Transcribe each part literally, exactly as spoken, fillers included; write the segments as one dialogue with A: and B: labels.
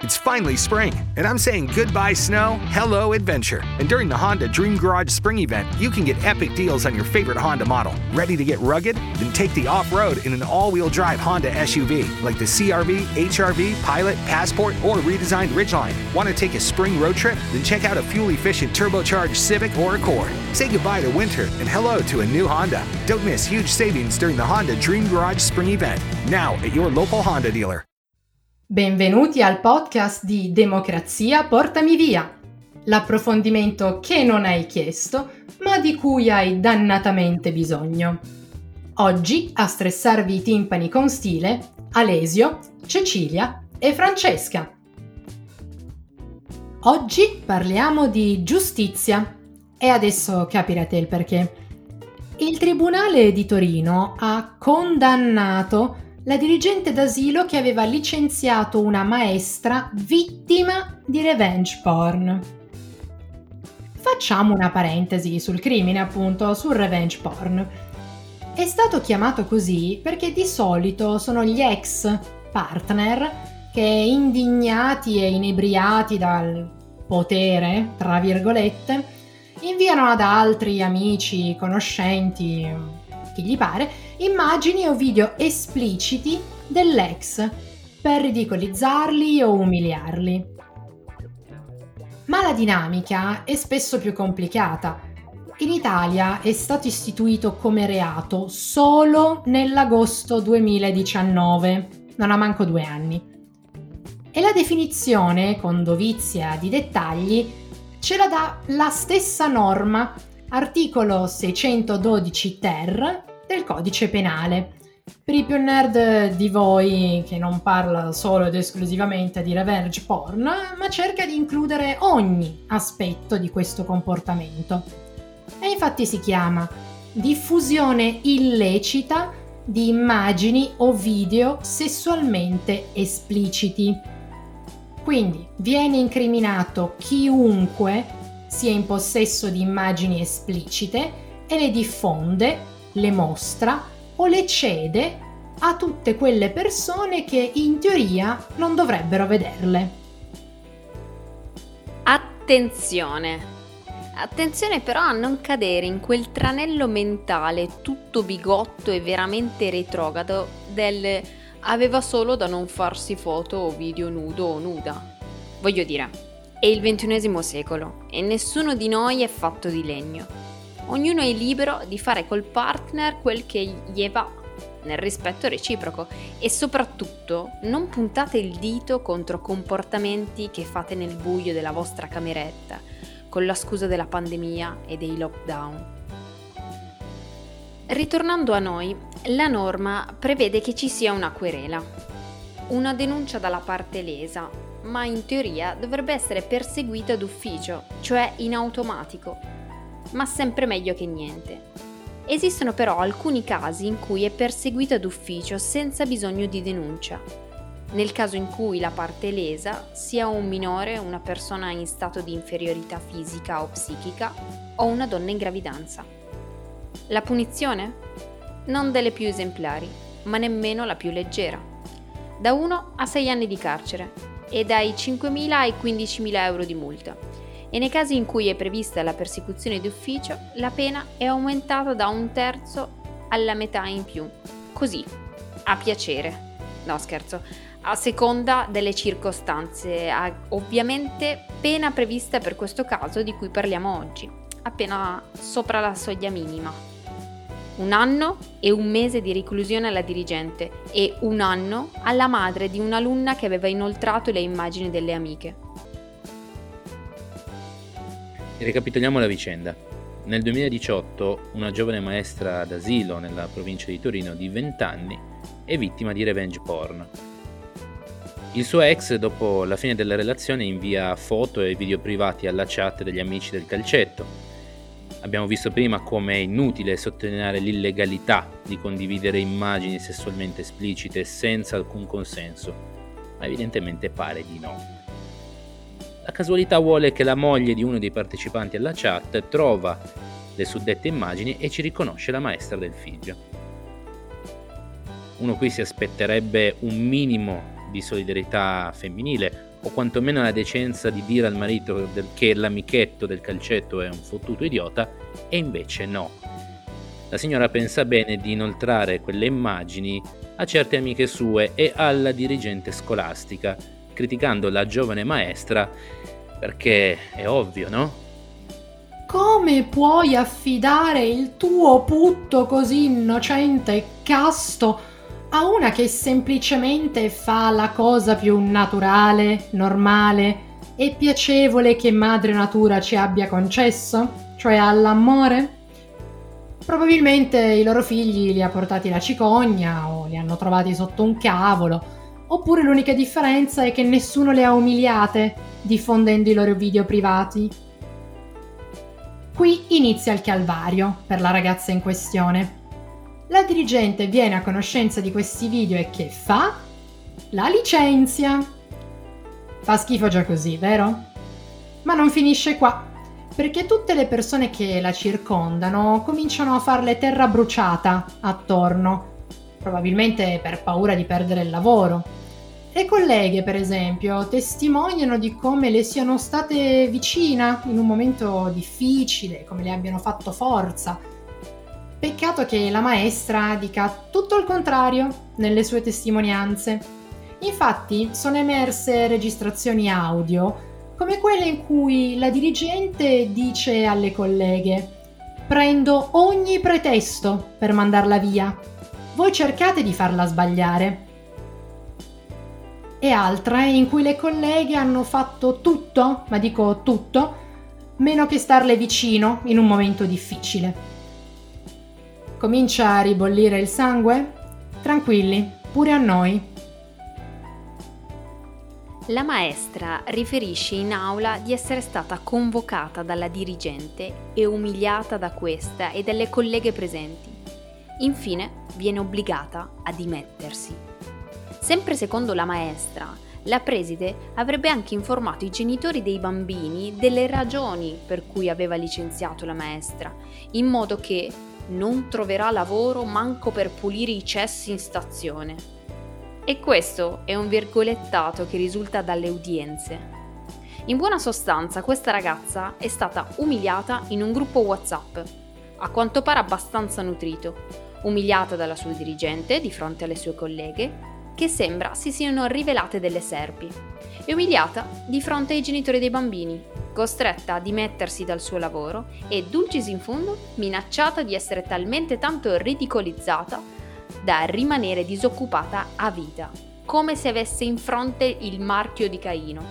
A: It's finally spring, and I'm saying goodbye snow, hello adventure. And during the Honda Dream Garage Spring Event, you can get epic deals on your favorite Honda model. Ready to get rugged? Then take the off-road in an all-wheel drive Honda S U V, like the C R V, H R V, Pilot, Passport, or redesigned Ridgeline. Want to take a spring road trip? Then check out a fuel-efficient turbocharged Civic or Accord. Say goodbye to winter and hello to a new Honda. Don't miss huge savings during the Honda Dream Garage Spring Event, now at your local Honda dealer.
B: Benvenuti al podcast di Democrazia Portami Via, l'approfondimento che non hai chiesto, ma di cui hai dannatamente bisogno. Oggi a stressarvi i timpani con stile, Alesio, Cecilia e Francesca. Oggi parliamo di giustizia e adesso capirete il perché. Il Tribunale di Torino ha condannato la dirigente d'asilo che aveva licenziato una maestra vittima di revenge porn. Facciamo una parentesi sul crimine, appunto, sul revenge porn. È stato chiamato così perché di solito sono gli ex partner che, indignati e inebriati dal potere, tra virgolette, inviano ad altri amici, conoscenti, chi gli pare, immagini o video espliciti dell'ex per ridicolizzarli o umiliarli. Ma la dinamica è spesso più complicata. In Italia è stato istituito come reato solo nell'agosto duemiladiciannove, non ha manco due anni. E la definizione, con dovizia di dettagli, ce la dà la stessa norma, articolo seicentododici ter del codice penale. Per i più nerd di voi, che non parla solo ed esclusivamente di revenge porn, ma cerca di includere ogni aspetto di questo comportamento. E infatti si chiama diffusione illecita di immagini o video sessualmente espliciti. Quindi viene incriminato chiunque sia in possesso di immagini esplicite e le diffonde, le mostra o le cede a tutte quelle persone che in teoria non dovrebbero vederle.
C: Attenzione! Attenzione però a non cadere in quel tranello mentale tutto bigotto e veramente retrogrado del aveva solo da non farsi foto o video nudo o nuda. Voglio dire, è il ventunesimo secolo e nessuno di noi è fatto di legno. Ognuno è libero di fare col partner quel che gli va, nel rispetto reciproco, e soprattutto non puntate il dito contro comportamenti che fate nel buio della vostra cameretta, con la scusa della pandemia e dei lockdown. Ritornando a noi, la norma prevede che ci sia una querela, una denuncia dalla parte lesa, ma in teoria dovrebbe essere perseguita d'ufficio, cioè in automatico, ma sempre meglio che niente. Esistono però alcuni casi in cui è perseguita d'ufficio senza bisogno di denuncia, nel caso in cui la parte lesa sia un minore, una persona in stato di inferiorità fisica o psichica o una donna in gravidanza. La punizione? Non delle più esemplari, ma nemmeno la più leggera. Da uno a sei anni di carcere e dai cinquemila ai quindicimila euro di multa. E nei casi in cui è prevista la persecuzione d'ufficio, la pena è aumentata da un terzo alla metà in più. Così, a piacere. No, scherzo. A seconda delle circostanze. Ha ovviamente pena prevista per questo caso di cui parliamo oggi, appena sopra la soglia minima. Un anno e un mese di reclusione alla dirigente e un anno alla madre di un'alunna che aveva inoltrato le immagini delle amiche.
D: Ricapitoliamo la vicenda. Nel duemiladiciotto una giovane maestra d'asilo nella provincia di Torino di venti anni è vittima di revenge porn. Il suo ex, dopo la fine della relazione, invia foto e video privati alla chat degli amici del calcetto. Abbiamo visto prima come è inutile sottolineare l'illegalità di condividere immagini sessualmente esplicite senza alcun consenso, ma evidentemente pare di no. La casualità vuole che la moglie di uno dei partecipanti alla chat trova le suddette immagini e ci riconosce la maestra del figlio. Uno qui si aspetterebbe un minimo di solidarietà femminile o quantomeno la decenza di dire al marito del, che l'amichetto del calcetto è un fottuto idiota, e invece no. La signora pensa bene di inoltrare quelle immagini a certe amiche sue e alla dirigente scolastica, criticando la giovane maestra perché è ovvio, no?
B: Come puoi affidare il tuo putto così innocente e casto a una che semplicemente fa la cosa più naturale, normale e piacevole che madre natura ci abbia concesso, cioè all'amore? Probabilmente i loro figli li ha portati la cicogna o li hanno trovati sotto un cavolo, oppure l'unica differenza è che nessuno le ha umiliate diffondendo i loro video privati. Qui inizia il calvario per la ragazza in questione. La dirigente viene a conoscenza di questi video e che fa? La licenzia. Fa schifo già così, vero? Ma non finisce qua, perché tutte le persone che la circondano cominciano a farle terra bruciata attorno, probabilmente per paura di perdere il lavoro. Le colleghe, per esempio, testimoniano di come le siano state vicina in un momento difficile, come le abbiano fatto forza. Peccato che la maestra dica tutto il contrario nelle sue testimonianze. Infatti sono emerse registrazioni audio come quelle in cui la dirigente dice alle colleghe: prendo ogni pretesto per mandarla via, voi cercate di farla sbagliare. E altre in cui le colleghe hanno fatto tutto, ma dico tutto, meno che starle vicino in un momento difficile. Comincia a ribollire il sangue? Tranquilli, pure a noi.
C: La maestra riferisce in aula di essere stata convocata dalla dirigente e umiliata da questa e dalle colleghe presenti. Infine viene obbligata a dimettersi. Sempre secondo la maestra, la preside avrebbe anche informato i genitori dei bambini delle ragioni per cui aveva licenziato la maestra, in modo che non troverà lavoro manco per pulire i cessi in stazione. E questo è un virgolettato che risulta dalle udienze. In buona sostanza, questa ragazza è stata umiliata in un gruppo WhatsApp, a quanto pare abbastanza nutrito, umiliata dalla sua dirigente di fronte alle sue colleghe, che sembra si siano rivelate delle serpi, e umiliata di fronte ai genitori dei bambini, costretta a dimettersi dal suo lavoro e, dulcis in fundo, minacciata di essere talmente tanto ridicolizzata da rimanere disoccupata a vita, come se avesse in fronte il marchio di Caino.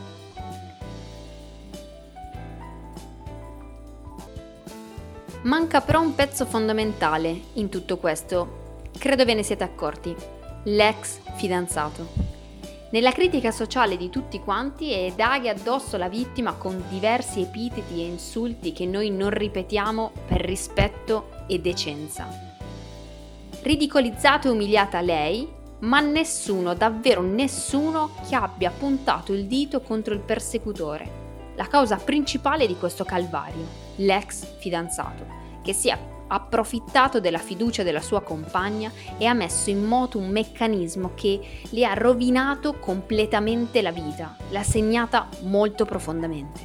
C: Manca però un pezzo fondamentale in tutto questo, credo ve ne siete accorti: l'ex fidanzato. Nella critica sociale di tutti quanti e daghi addosso la vittima con diversi epiteti e insulti che noi non ripetiamo per rispetto e decenza. Ridicolizzata e umiliata lei, ma nessuno, davvero nessuno, che abbia puntato il dito contro il persecutore, la causa principale di questo calvario, l'ex fidanzato, che si è approfittato della fiducia della sua compagna e ha messo in moto un meccanismo che le ha rovinato completamente la vita, l'ha segnata molto profondamente.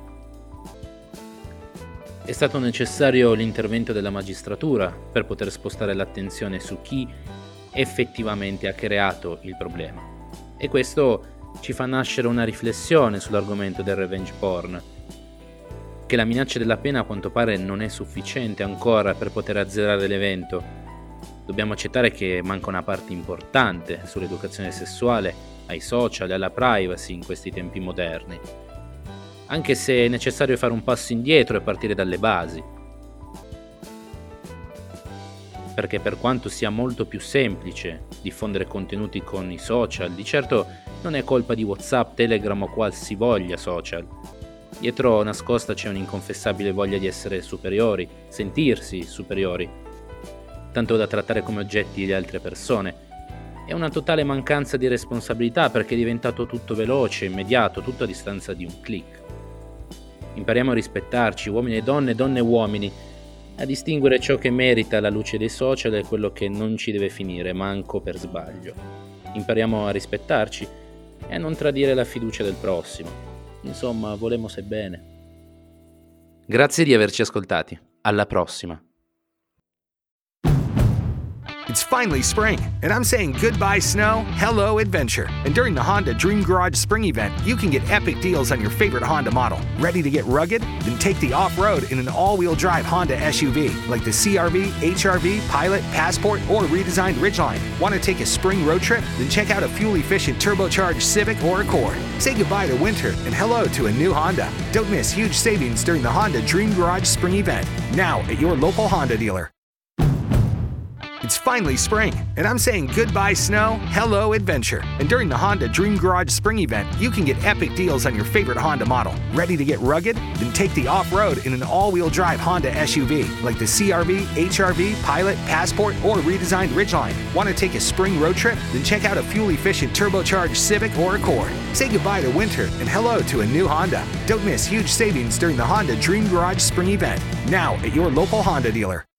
D: È stato necessario l'intervento della magistratura per poter spostare l'attenzione su chi effettivamente ha creato il problema. E questo ci fa nascere una riflessione sull'argomento del revenge porn, che la minaccia della pena a quanto pare non è sufficiente ancora per poter azzerare l'evento. Dobbiamo accettare che manca una parte importante sull'educazione sessuale, ai social e alla privacy in questi tempi moderni, anche se è necessario fare un passo indietro e partire dalle basi. Perché per quanto sia molto più semplice diffondere contenuti con i social, di certo non è colpa di WhatsApp, Telegram o qualsivoglia social. Dietro nascosta c'è un'inconfessabile voglia di essere superiori, sentirsi superiori, tanto da trattare come oggetti le altre persone. È una totale mancanza di responsabilità perché è diventato tutto veloce, immediato, tutto a distanza di un click. Impariamo a rispettarci, uomini e donne, donne e uomini, a distinguere ciò che merita la luce dei social e quello che non ci deve finire, manco per sbaglio. Impariamo a rispettarci e a non tradire la fiducia del prossimo. Insomma, volemo se bene. Grazie di averci ascoltati. Alla prossima.
A: It's finally spring, and I'm saying goodbye snow, hello adventure. And during the Honda Dream Garage Spring Event, you can get epic deals on your favorite Honda model. Ready to get rugged? Then take the off-road in an all-wheel drive Honda S U V, like the C R V, H R V, Pilot, Passport, or redesigned Ridgeline. Want to take a spring road trip? Then check out a fuel-efficient turbocharged Civic or Accord. Say goodbye to winter and hello to a new Honda. Don't miss huge savings during the Honda Dream Garage Spring Event, now at your local Honda dealer. It's finally spring, and I'm saying goodbye snow, hello adventure. And during the Honda Dream Garage Spring Event, you can get epic deals on your favorite Honda model. Ready to get rugged? Then take the off-road in an all-wheel drive Honda S U V, like the C R V, H R V, Pilot, Passport, or redesigned Ridgeline. Want to take a spring road trip? Then check out a fuel-efficient turbocharged Civic or Accord. Say goodbye to winter and hello to a new Honda. Don't miss huge savings during the Honda Dream Garage Spring Event, now at your local Honda dealer.